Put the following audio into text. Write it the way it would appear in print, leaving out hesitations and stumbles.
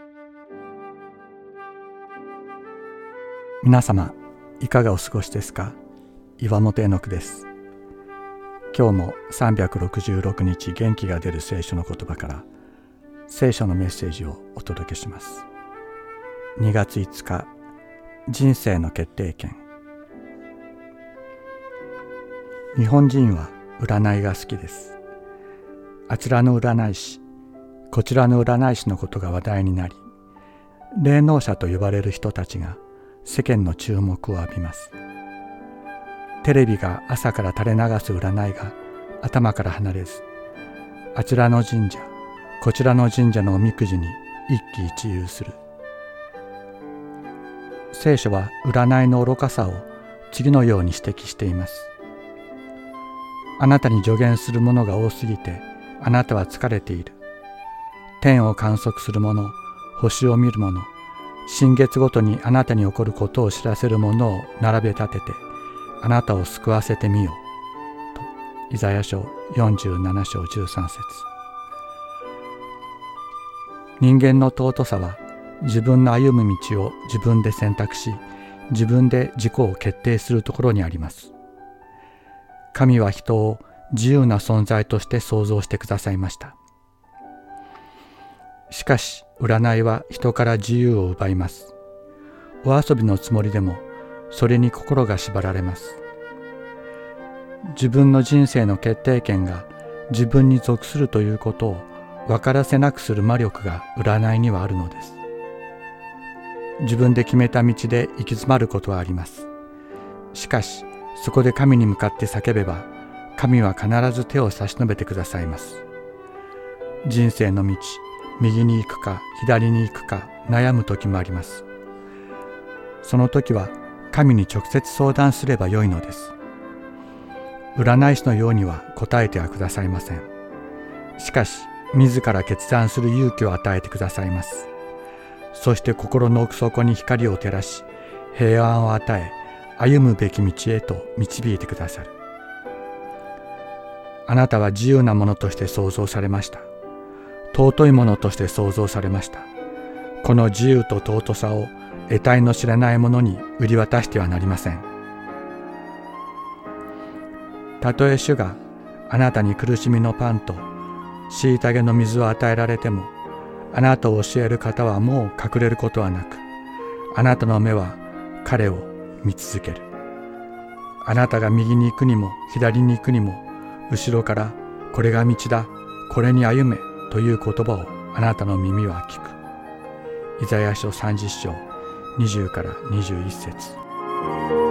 皆様いかがお過ごしですか。岩本絵の句です。今日も366日元気が出る聖書の言葉から聖書のメッセージをお届けします。2月5日、人生の決定権。日本人は占いが好きです。あちらの占い師、こちらの占い師のことが話題になり、霊能者と呼ばれる人たちが世間の注目を浴びます。テレビが朝から垂れ流す占いが頭から離れず、あちらの神社、こちらの神社のおみくじに一喜一憂する。聖書は占いの愚かさを次のように指摘しています。あなたに助言するものが多すぎてあなたは疲れている。天を観測するもの、星を見るもの、新月ごとにあなたに起こることを知らせるものを並べ立ててあなたを救わせてみようと、イザヤ書47章13節。人間の尊さは自分の歩む道を自分で選択し、自分で自己を決定するところにあります。神は人を自由な存在として創造してくださいました。しかし占いは人から自由を奪います。お遊びのつもりでもそれに心が縛られます。自分の人生の決定権が自分に属するということを分からせなくする魔力が占いにはあるのです。自分で決めた道で行き詰まることはあります。しかしそこで神に向かって叫べば、神は必ず手を差し伸べてくださいます。人生の道、右に行くか左に行くか悩む時もあります。その時は神に直接相談すればよいのです。占い師のようには答えてはくださいません。しかし自ら決断する勇気を与えてくださいます。そして心の奥底に光を照らし、平安を与え、歩むべき道へと導いてくださる。あなたは自由なものとして創造されました。尊いものとして創造されました。この自由と尊さを得体の知らないものに売り渡してはなりません。たとえ主があなたに苦しみのパンと虐げの水を与えられても、あなたを教える方はもう隠れることはなく、あなたの目は彼を見続ける。あなたが右に行くにも左に行くにも、後ろからこれが道だ、これに歩めという言葉をあなたの耳は聞く。イザヤ書30章20から21節。